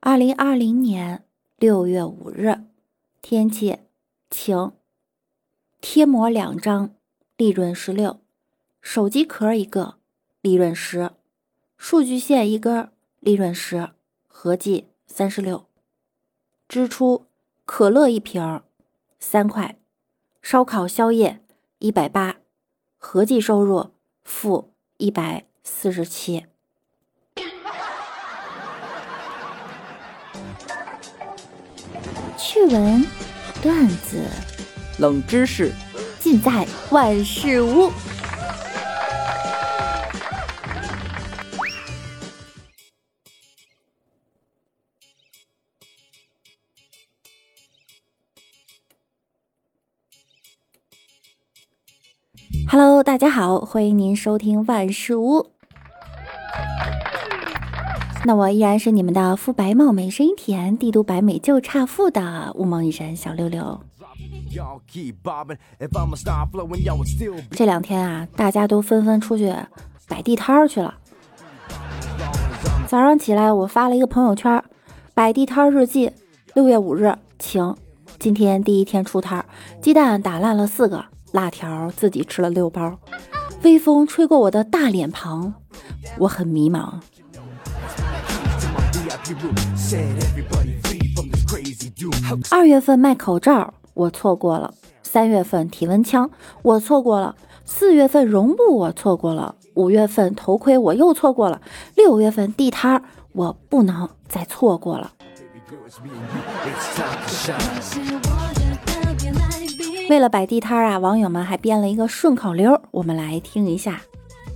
2020年6月5日，天气晴，贴膜2张，利润16，手机壳1个，利润10，数据线1根，利润10，合计36。支出：可乐1瓶3块，烧烤宵夜180，合计收入负147。趣闻、段子、 冷知识， 尽在万事屋。Hello， 大家好，欢迎您收听万事屋。那我依然是你们的肤白貌美声音甜帝都白美就差富的雾梦一闪小六六。这2天啊，大家都纷纷出去摆地摊去了。早上起来我发了一个朋友圈，摆地摊日记，6月5日晴，今天第一天出摊，鸡蛋打烂了4个，辣条自己吃了6包，微风吹过我的大脸庞，我很迷茫。2月份卖口罩我错过了，3月份体温枪我错过了，4月份绒布我错过了，5月份头盔我又错过了，6月份地摊我不能再错过了。为了摆地摊啊，网友们还编了一个顺口溜，我们来听一下。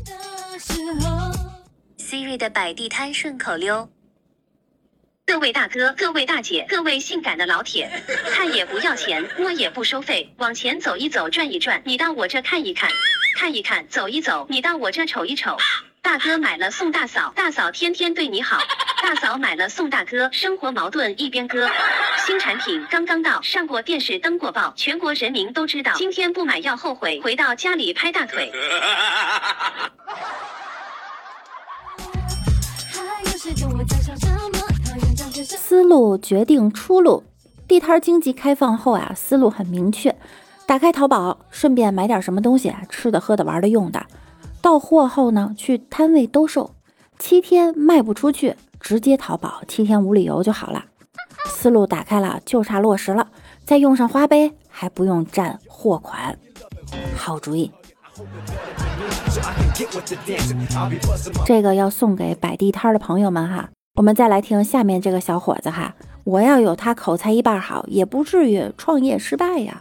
Siri 的摆地摊顺口溜：各位大哥，各位大姐，各位性感的老铁，看也不要钱，摸也不收费，往前走一走，转一转，你到我这看一看，看一看，走一走，你到我这瞅一瞅。大哥买了送大嫂，大嫂天天对你好，大嫂买了送大哥，生活矛盾一边搁。新产品刚刚到，上过电视登过报，全国人民都知道，今天不买要后悔，回到家里拍大腿。 思路决定出路，地摊经济开放后啊，思路很明确，打开淘宝，顺便买点什么东西啊，吃的喝的玩的用的，到货后呢，去摊位兜售，7天卖不出去，直接淘宝7天无理由就好了。思路打开了，就差落实了，再用上花呗，还不用占货款，好主意。这个要送给摆地摊的朋友们哈。我们再来听下面这个小伙子哈，我要有他口才1半好，也不至于创业失败呀。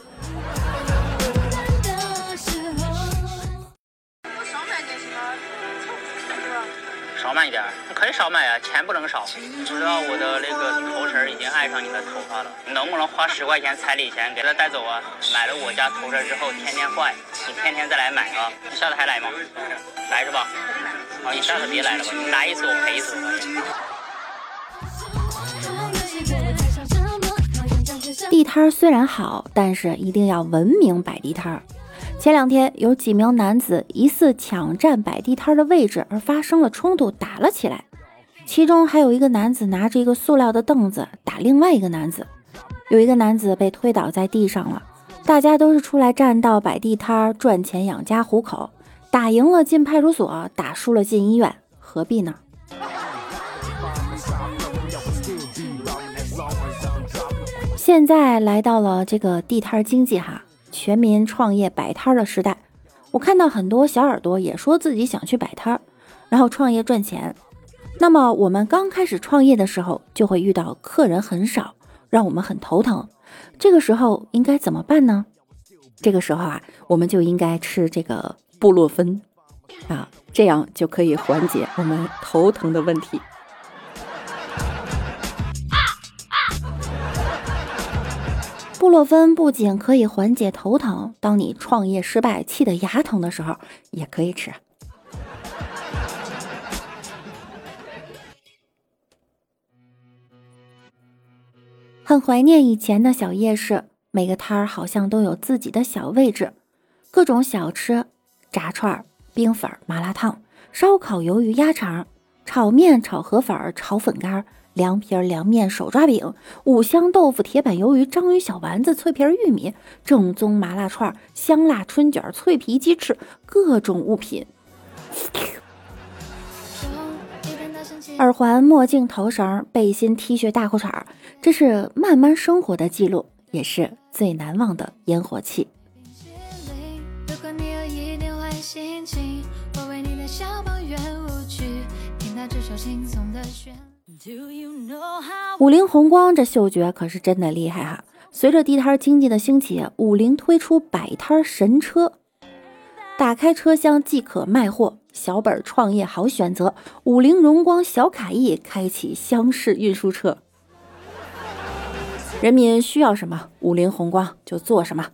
少买一点，你可以少买啊，钱不能少。你知道我的那个头绳已经爱上你的头发了，你能不能花10块钱彩礼钱给他带走啊？买了我家头绳之后天天坏，你天天再来买啊。你下次还来吗？来是吧？好，你下次别来了吧，你来一次我赔一次。 地摊虽然好，但是一定要文明摆地摊。前2天有几名男子疑似抢占摆地摊的位置而发生了冲突，打了起来，其中还有一个男子拿着一个塑料的凳子打另外一个男子，有一个男子被推倒在地上了。大家都是出来占道摆地摊赚钱养家糊口，打赢了进派出所，打输了进医院，何必呢？现在来到了这个地摊经济哈，全民创业摆摊的时代，我看到很多小耳朵也说自己想去摆摊，然后创业赚钱。那么我们刚开始创业的时候，就会遇到客人很少，让我们很头疼。这个时候应该怎么办呢？这个时候啊，我们就应该吃这个布洛芬啊，这样就可以缓解我们头疼的问题。布洛芬不仅可以缓解头疼，当你创业失败气得牙疼的时候也可以吃。很怀念以前的小夜市，每个摊儿好像都有自己的小位置，各种小吃，炸串、冰粉、麻辣烫、烧烤、鱿鱼、鸭肠、炒面、炒河粉、炒粉干， 凉皮、凉面、手抓饼、五香豆腐、铁板鱿鱼、章鱼小丸子、脆皮玉米、正宗麻辣串、香辣春卷、脆皮鸡翅，各种物品。耳环、墨镜、头绳、背心、T 恤、大裤衩，这是慢慢生活的记录，也是最难忘的烟火气。50红光这嗅觉可是真的厉害哈！随着地摊经济的兴起，50推出摆摊神车，打开车厢即可卖货，小本创业好选择，50荣光小卡翼开启厢式运输车。人民需要什么，50红光就做什么。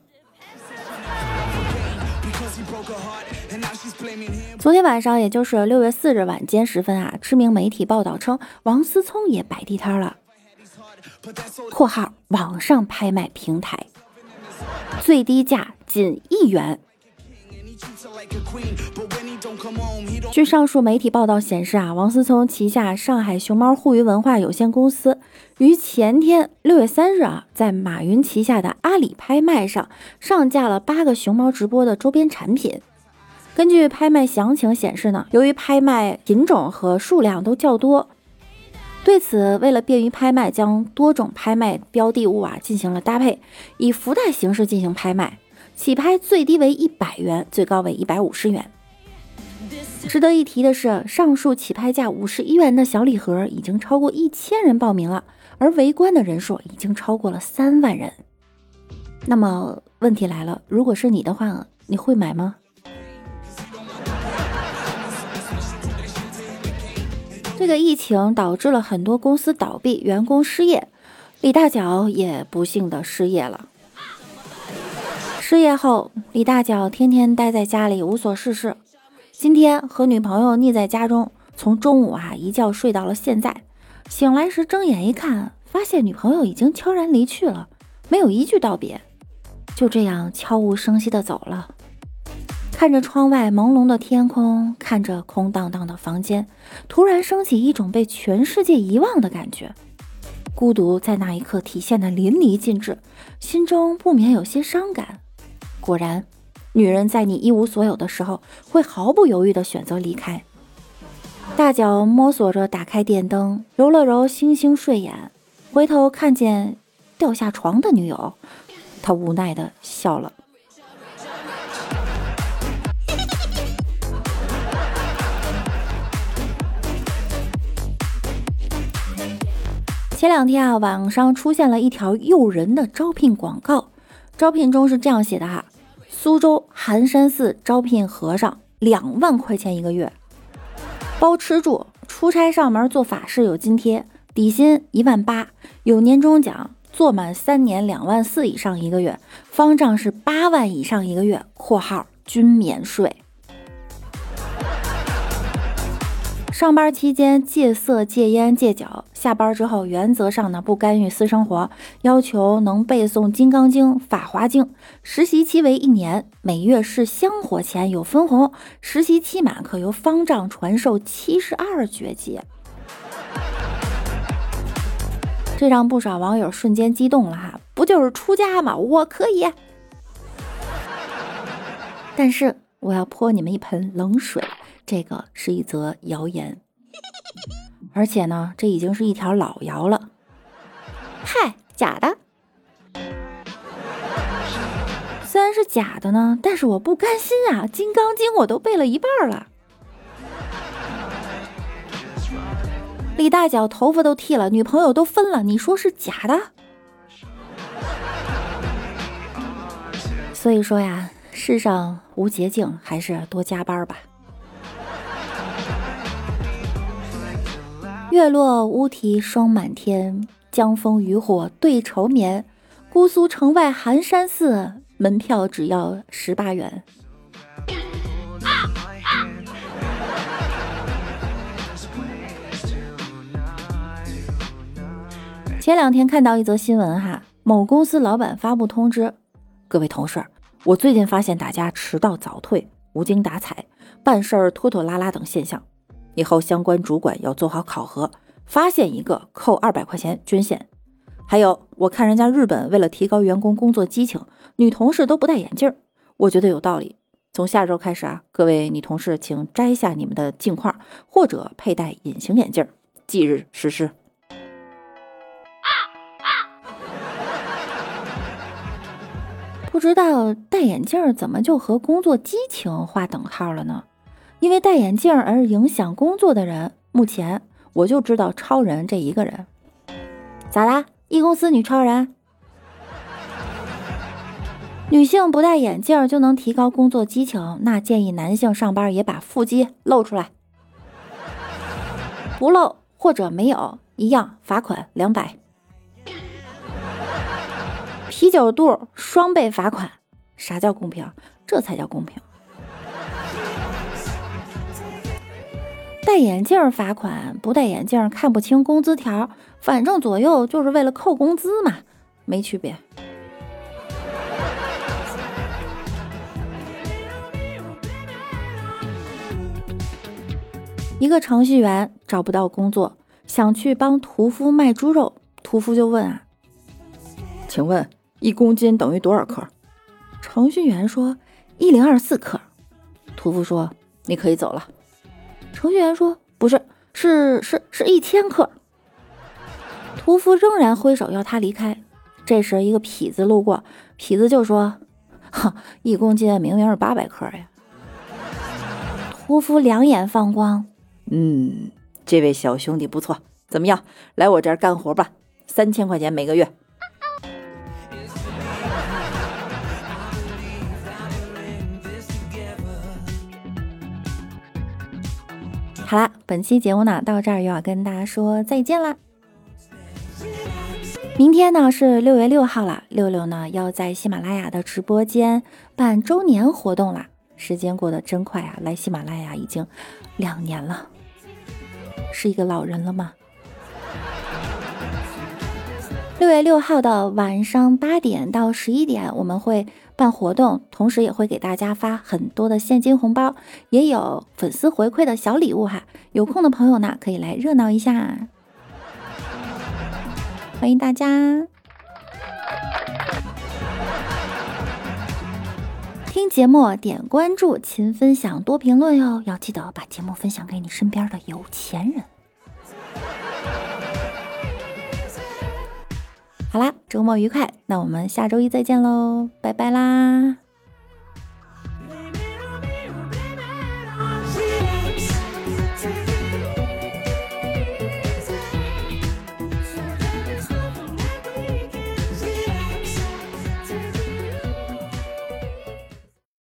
昨天晚上，也就是6月4日晚间时分啊，知名媒体报道称，王思聪也摆地摊了。（括号网上拍卖平台，最低价仅1元。）据上述媒体报道显示啊，王思聪旗下上海熊猫互娱文化有限公司于前天6月3日啊，在马云旗下的阿里拍卖上上架了8个熊猫直播的周边产品。根据拍卖详情显示呢，由于拍卖品种和数量都较多，对此为了便于拍卖，将多种拍卖标的物进行了搭配，以福袋形式进行拍卖，起拍最低为100元，最高为150元。值得一提的是，上述起拍价51元的小礼盒已经超过1000人报名了，而围观的人数已经超过了3万人。那么问题来了，如果是你的话，你会买吗？这个疫情导致了很多公司倒闭，员工失业，李大脚也不幸的失业了。失业后，李大脚天天待在家里无所事事。今天和女朋友腻在家中，从中午一觉睡到了现在。醒来时睁眼一看，发现女朋友已经悄然离去了，没有一句道别，就这样悄无声息地走了。看着窗外朦胧的天空，看着空荡荡的房间，突然升起一种被全世界遗忘的感觉。孤独在那一刻体现得淋漓尽致，心中不免有些伤感。果然，女人在你一无所有的时候，会毫不犹豫地选择离开。大脚摸索着打开电灯，揉了揉星星睡眼，回头看见掉下床的女友，他无奈地笑了。前2天网上出现了一条诱人的招聘广告，招聘中是这样写的苏州寒山寺招聘和尚，2万块钱1个月，包吃住，出差上门做法事有津贴，底薪18000，有年终奖，做满3年2万4以上1个月，方丈是8万以上1个月，括号均免税。上班期间戒色、戒烟、戒酒，下班之后原则上呢不干预私生活，要求能背诵《金刚经》《法华经》，实习期为1年，每月是香火钱有分红，实习期满可由方丈传授72绝技。这让不少网友瞬间激动了不就是出家吗？我可以。但是我要泼你们一盆冷水，这个是一则谣言，而且呢，这已经是一条老谣了。嗨，假的。虽然是假的呢，但是我不甘心《金刚经》我都背了一半了。李大脚头发都剃了，女朋友都分了，你说是假的？所以说世上无捷径，还是多加班吧。月落乌啼霜满天，江枫渔火对愁眠。姑苏城外寒山寺，门票只要18元。前2天看到一则新闻某公司老板发布通知，各位同事，我最近发现大家迟到早退、无精打采、办事拖拖拉拉等现象，以后相关主管要做好考核， 发现一个扣200块钱捐献。还有，我看人家日本为了提高员工工作激情，女同事都不戴眼镜，我觉得有道理。从下周开始啊，各位女同事请摘下你们的镜框，或者佩戴隐形眼镜，即日实施。不知道戴眼镜怎么就和工作激情划等号了呢？因为戴眼镜而影响工作的人，目前我就知道超人这一个人。咋啦？一公司女超人？女性不戴眼镜就能提高工作激情，那建议男性上班也把腹肌露出来。不露或者没有一样罚款200。啤酒肚双倍罚款，啥叫公平？这才叫公平。戴眼镜罚款，不戴眼镜看不清工资条，反正左右就是为了扣工资嘛，没区别。一个程序员找不到工作，想去帮屠夫卖猪肉，屠夫就问啊，请问1公斤等于多少克？程序员说1024克。屠夫说你可以走了。程序员说不是，是1000克。屠夫仍然挥手要他离开。这时一个痞子路过，痞子就说1公斤明明是800克呀。屠夫两眼放光，这位小兄弟不错，怎么样，来我这儿干活吧，3000块钱每个月。好啦，本期节目呢到这儿又要跟大家说再见啦。明天呢是6月6号了，六六呢要在喜马拉雅的直播间办周年活动啦。时间过得真快啊，来喜马拉雅已经2年了，是一个老人了吗？6月6号的晚上8点到11点，我们会办活动，同时也会给大家发很多的现金红包，也有粉丝回馈的小礼物哈。有空的朋友呢，可以来热闹一下，欢迎大家。听节目点关注，勤分享，多评论哟，要记得把节目分享给你身边的有钱人。好啦，周末愉快，那我们下周一再见喽，拜拜啦。